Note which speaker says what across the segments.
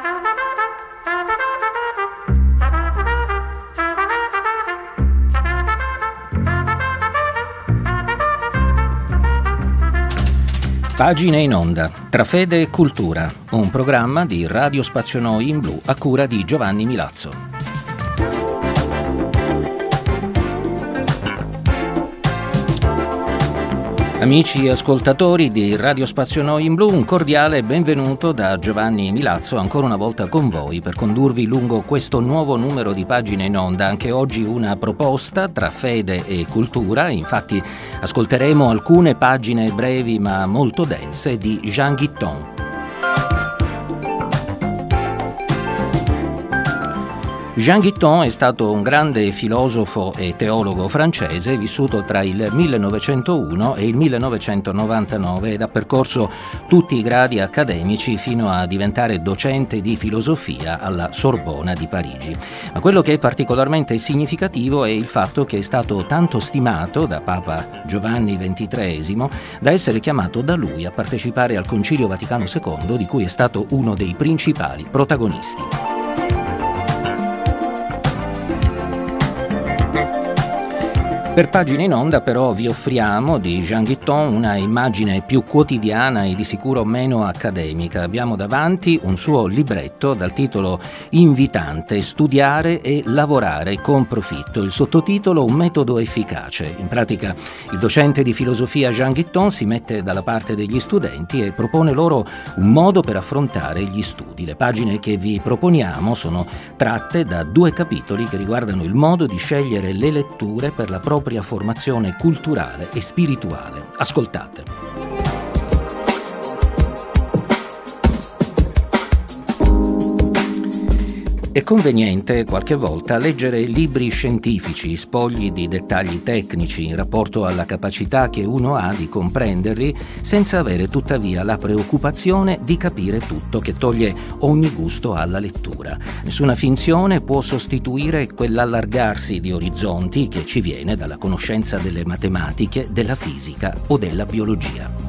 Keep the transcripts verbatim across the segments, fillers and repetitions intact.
Speaker 1: Pagine in onda, tra fede e cultura, un programma di Radio Spazio Noi in Blu a cura di Giovanni Milazzo. Amici ascoltatori di Radio Spazio Noi in Blu, un cordiale benvenuto da Giovanni Milazzo, ancora una volta con voi per condurvi lungo questo nuovo numero di Pagine in onda. Anche oggi una proposta tra fede e cultura, infatti ascolteremo alcune pagine brevi ma molto dense di Jean Guitton. Jean Guitton è stato un grande filosofo e teologo francese vissuto tra il millenovecentouno e il millenovecentonovantanove ed ha percorso tutti i gradi accademici fino a diventare docente di filosofia alla Sorbona di Parigi. Ma quello che è particolarmente significativo è il fatto che è stato tanto stimato da Papa Giovanni ventitreesimo da essere chiamato da lui a partecipare al Concilio Vaticano secondo, di cui è stato uno dei principali protagonisti. Per Pagine in onda però vi offriamo di Jean Guitton una immagine più quotidiana e di sicuro meno accademica. Abbiamo davanti un suo libretto dal titolo invitante: Studiare e lavorare con profitto. Il sottotitolo: Un metodo efficace. In pratica il docente di filosofia Jean Guitton si mette dalla parte degli studenti e propone loro un modo per affrontare gli studi. Le pagine che vi proponiamo sono tratte da due capitoli che riguardano il modo di scegliere le letture per la propria formazione culturale e spirituale. Ascoltate. È conveniente qualche volta leggere libri scientifici spogli di dettagli tecnici in rapporto alla capacità che uno ha di comprenderli, senza avere tuttavia la preoccupazione di capire tutto, che toglie ogni gusto alla lettura. Nessuna finzione può sostituire quell'allargarsi di orizzonti che ci viene dalla conoscenza delle matematiche, della fisica o della biologia.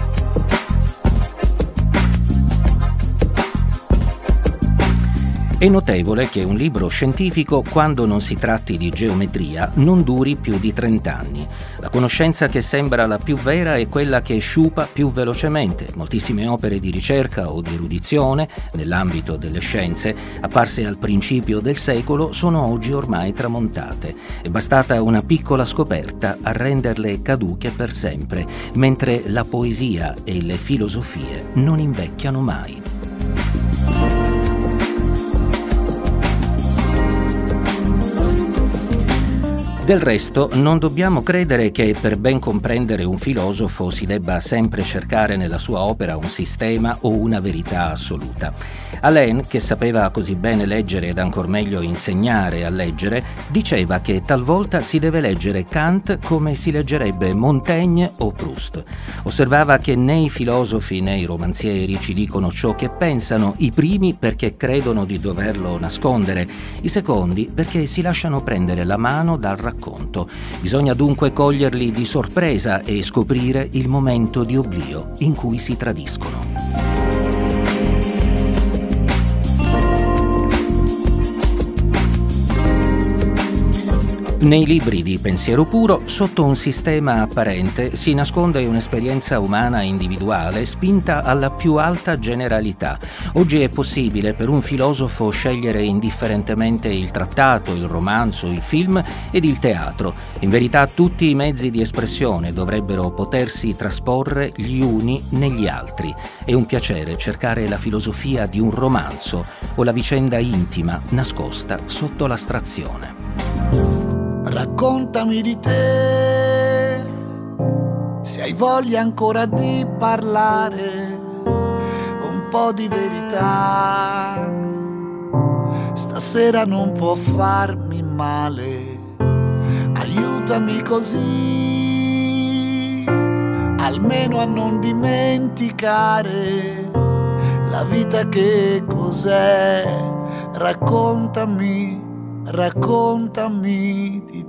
Speaker 1: È notevole che un libro scientifico, quando non si tratti di geometria, non duri più di trenta anni. La conoscenza che sembra la più vera è quella che sciupa più velocemente. Moltissime opere di ricerca o di erudizione, nell'ambito delle scienze, apparse al principio del secolo, sono oggi ormai tramontate. È bastata una piccola scoperta a renderle caduche per sempre, mentre la poesia e le filosofie non invecchiano mai. Del resto, non dobbiamo credere che per ben comprendere un filosofo si debba sempre cercare nella sua opera un sistema o una verità assoluta. Alain, che sapeva così bene leggere ed ancor meglio insegnare a leggere, diceva che talvolta si deve leggere Kant come si leggerebbe Montaigne o Proust. Osservava che né i filosofi né i romanzieri ci dicono ciò che pensano, i primi perché credono di doverlo nascondere, i secondi perché si lasciano prendere la mano dal racconto. Bisogna dunque coglierli di sorpresa e scoprire il momento di oblio in cui si tradiscono. Nei libri di pensiero puro, sotto un sistema apparente, si nasconde un'esperienza umana individuale spinta alla più alta generalità. Oggi è possibile per un filosofo scegliere indifferentemente il trattato, il romanzo, il film ed il teatro. In verità tutti i mezzi di espressione dovrebbero potersi trasporre gli uni negli altri. È un piacere cercare la filosofia di un romanzo o la vicenda intima nascosta sotto l'astrazione.
Speaker 2: Raccontami di te, se hai voglia ancora di parlare, un po' di verità, stasera non può farmi male, aiutami così, almeno a non dimenticare la vita che cos'è, raccontami. Raccontami di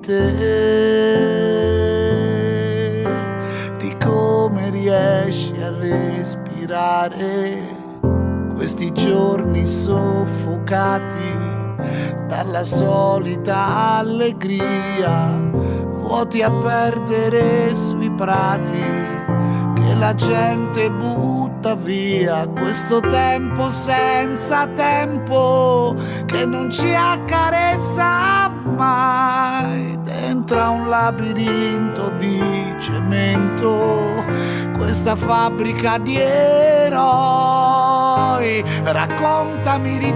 Speaker 2: te, di come riesci a respirare questi giorni soffocati dalla solita allegria, vuoti a perdere sui prati che la gente butta via, questo tempo senza tempo che non ci accarezza mai, dentro a un labirinto di cemento, questa fabbrica di eroi. Raccontami di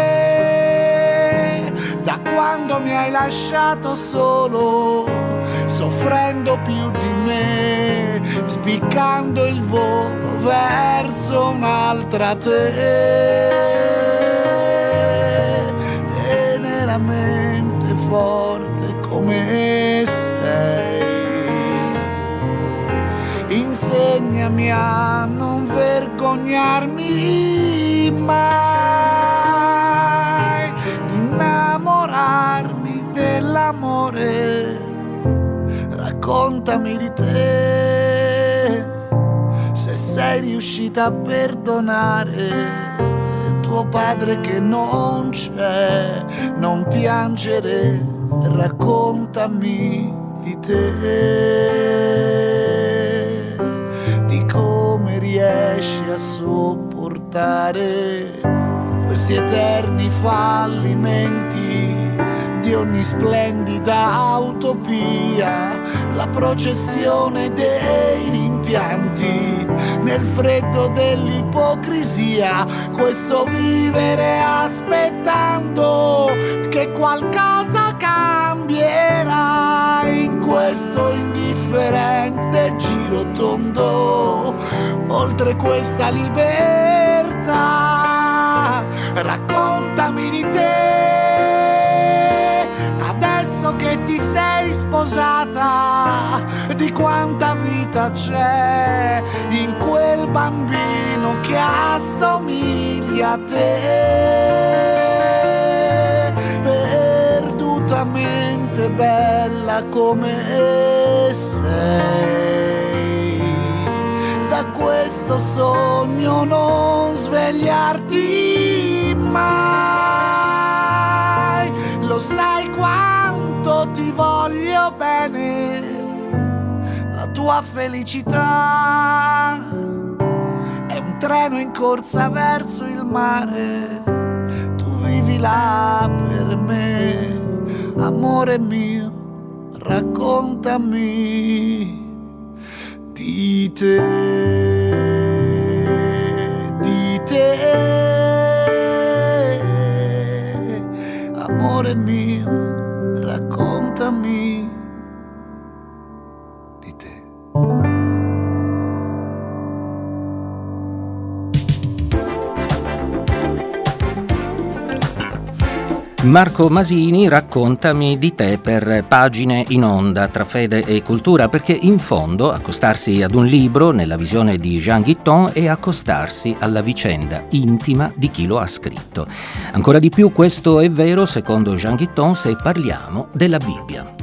Speaker 2: te, da quando mi hai lasciato solo, soffrendo più di me, spiccando il volo verso un'altra te, teneramente forte come sei. Insegnami a non vergognarmi mai di innamorarmi dell'amore. Raccontami di te, se sei riuscita a perdonare tuo padre che non c'è, non piangere. Raccontami di te, di come riesci a sopportare questi eterni fallimenti di ogni splendida utopia, la processione dei rimpianti nel freddo dell'ipocrisia, questo vivere aspettando che qualcosa cambierà in questo indifferente giro tondo, oltre questa libertà. Raccontami di te, adesso che ti sei sposata, di quanta vita c'è in quel bambino che assomiglia a te, perdutamente bella come sei. Da questo sogno non svegliarti mai, lo sai quanto ti voglio bene, la tua felicità è un treno in corsa verso il mare, tu vivi là per me, amore mio, raccontami di te, di te, amore mio, raccontami di te.
Speaker 1: Marco Masini, raccontami di te per Pagine in Onda tra fede e cultura, perché in fondo accostarsi ad un libro nella visione di Jean Guitton è accostarsi alla vicenda intima di chi lo ha scritto. Ancora di più questo è vero, secondo Jean Guitton, se parliamo della Bibbia.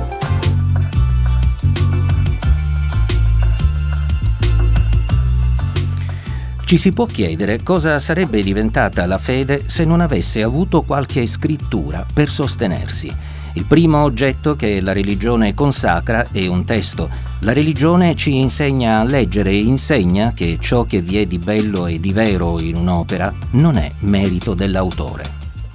Speaker 1: Ci si può chiedere cosa sarebbe diventata la fede se non avesse avuto qualche scrittura per sostenersi. Il primo oggetto che la religione consacra è un testo. La religione ci insegna a leggere e insegna che ciò che vi è di bello e di vero in un'opera non è merito dell'autore.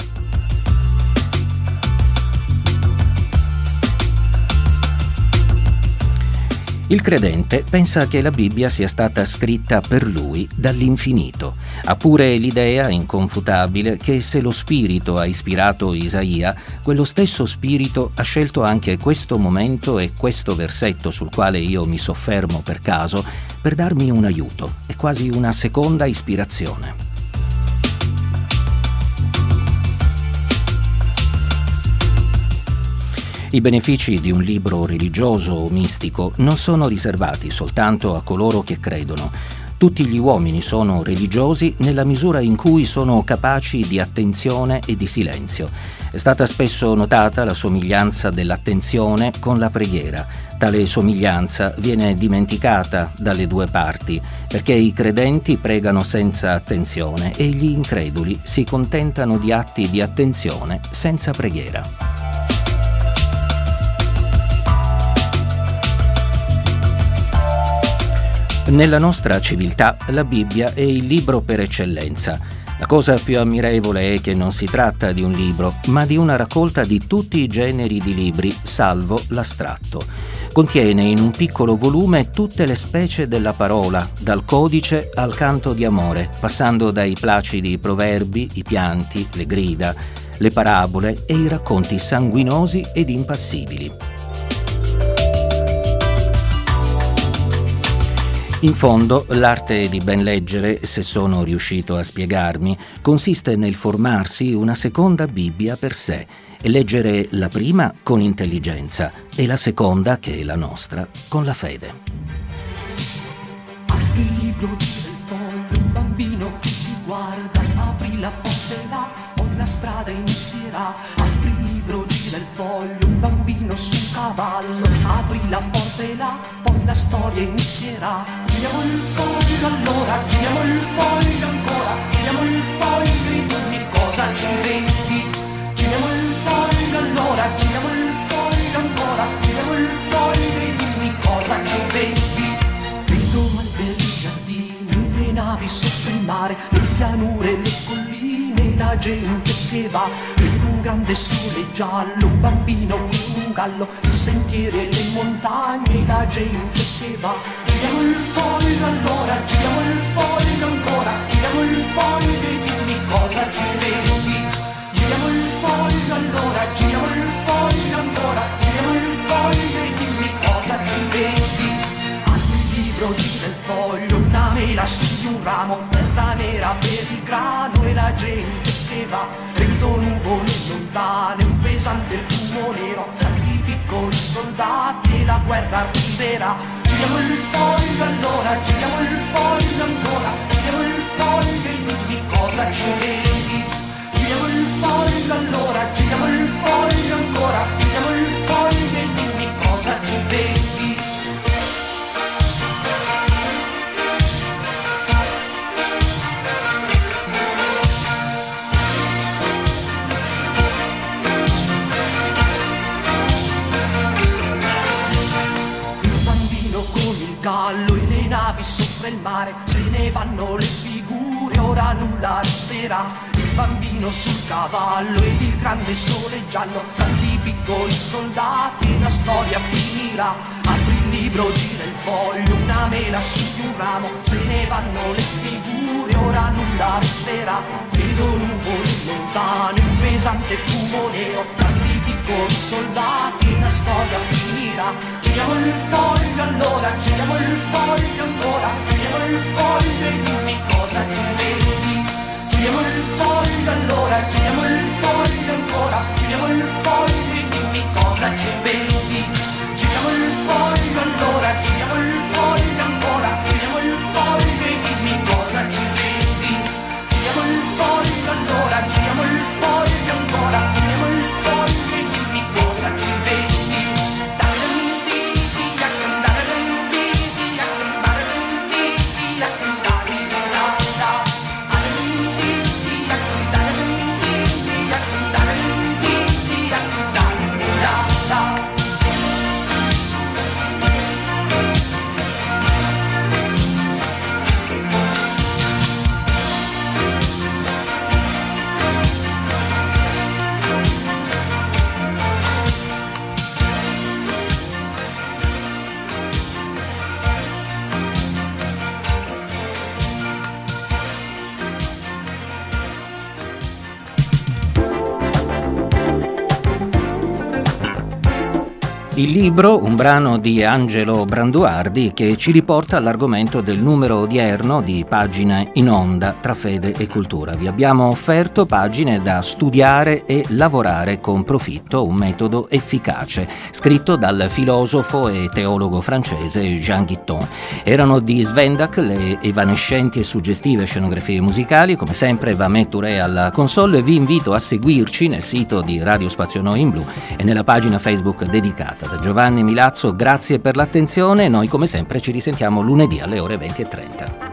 Speaker 1: Il credente pensa che la Bibbia sia stata scritta per lui dall'infinito. Ha pure l'idea inconfutabile che se lo Spirito ha ispirato Isaia, quello stesso Spirito ha scelto anche questo momento e questo versetto sul quale io mi soffermo per caso per darmi un aiuto, è quasi una seconda ispirazione. I benefici di un libro religioso o mistico non sono riservati soltanto a coloro che credono. Tutti gli uomini sono religiosi nella misura in cui sono capaci di attenzione e di silenzio. È stata spesso notata la somiglianza dell'attenzione con la preghiera. Tale somiglianza viene dimenticata dalle due parti, perché i credenti pregano senza attenzione e gli increduli si contentano di atti di attenzione senza preghiera. Nella nostra civiltà la Bibbia è il libro per eccellenza. La cosa più ammirevole è che non si tratta di un libro, ma di una raccolta di tutti i generi di libri, salvo l'astratto. Contiene in un piccolo volume tutte le specie della parola, dal codice al canto di amore, passando dai placidi proverbi, i pianti, le grida, le parabole e i racconti sanguinosi ed impassibili. In fondo, l'arte di ben leggere, se sono riuscito a spiegarmi, consiste nel formarsi una seconda Bibbia per sé e leggere la prima con intelligenza e la seconda, che è la nostra, con la fede.
Speaker 3: Apri il libro, gira il foglio, un bambino che ti guarda, apri la porterà, poi la strada inizierà. Apri il libro, gira il foglio, un bambino su un cavallo, apri la porterà, poi la storia inizierà. Giriamo il foglio allora, giriamo il foglio ancora, giriamo il foglio e dimmi cosa ci vedi. Giriamo il foglio allora, giriamo il foglio ancora, giriamo il foglio e dimmi cosa ci vedi. Vedo alberi, giardini, le navi sopra il mare, le pianure, le colline, la gente che va. Vedo un grande sole giallo, un bambino con un gallo, i sentieri e le montagne, la gente che va. Giriamo il foglio allora, giriamo il foglio ancora, giriamo il foglio e dimmi cosa ci vedi. Giriamo il foglio allora, giriamo il foglio ancora, giriamo il foglio e dimmi cosa ci vedi. Apri il libro, gira il foglio, una mela su di un ramo, terra nera per il grano e la gente che va. Vedo nuvole lontane, un pesante fumo nero, tanti piccoli soldati e la guerra arriverà. Giriamo il foglio allora, giriamo il foglio ancora, giriamo il foglio e dimmi cosa ci vedi. Giriamo il foglio allora, giriamo il foglio ancora, giriamo il foglio e dimmi cosa ci vedi. Gallo e le navi sopra il mare, se ne vanno le figure, ora nulla resterà. Il bambino sul cavallo ed il grande sole giallo, tanti piccoli soldati, la storia finirà. Apri il libro, gira il foglio, una mela su di un ramo, se ne vanno le figure, ora nulla resterà. Vedo nuvole lontane, un pesante fumo nero, tanti piccoli soldati, la storia finirà. Giriamo il foglio allora, giriamo il foglio ancora, giriamo il foglio e dimmi cosa ci vedi. Giriamo il foglio allora, giriamo il foglio ancora, giriamo il foglio e dimmi cosa ci vedi. Giriamo il foglio allora, giriamo il foglio ancora, giriamo il foglio e dimmi cosa ci vedi. Giriamo il foglio allora, giriamo il foglio ancora, giriamo il foglio e dimmi cosa ci vedi.
Speaker 1: Il libro, un brano di Angelo Branduardi che ci riporta all'argomento del numero odierno di Pagine in Onda tra fede e cultura. Vi abbiamo offerto pagine da studiare e lavorare con profitto, un metodo efficace, scritto dal filosofo e teologo francese Jean Guitton. Erano di Svendak le evanescenti e suggestive scenografie musicali, come sempre Vamet Touré alla console, e vi invito a seguirci nel sito di Radio Spazio Noi in Blu e nella pagina Facebook dedicata. Da Giovanni Milazzo grazie per l'attenzione, noi come sempre ci risentiamo lunedì alle ore venti e trenta.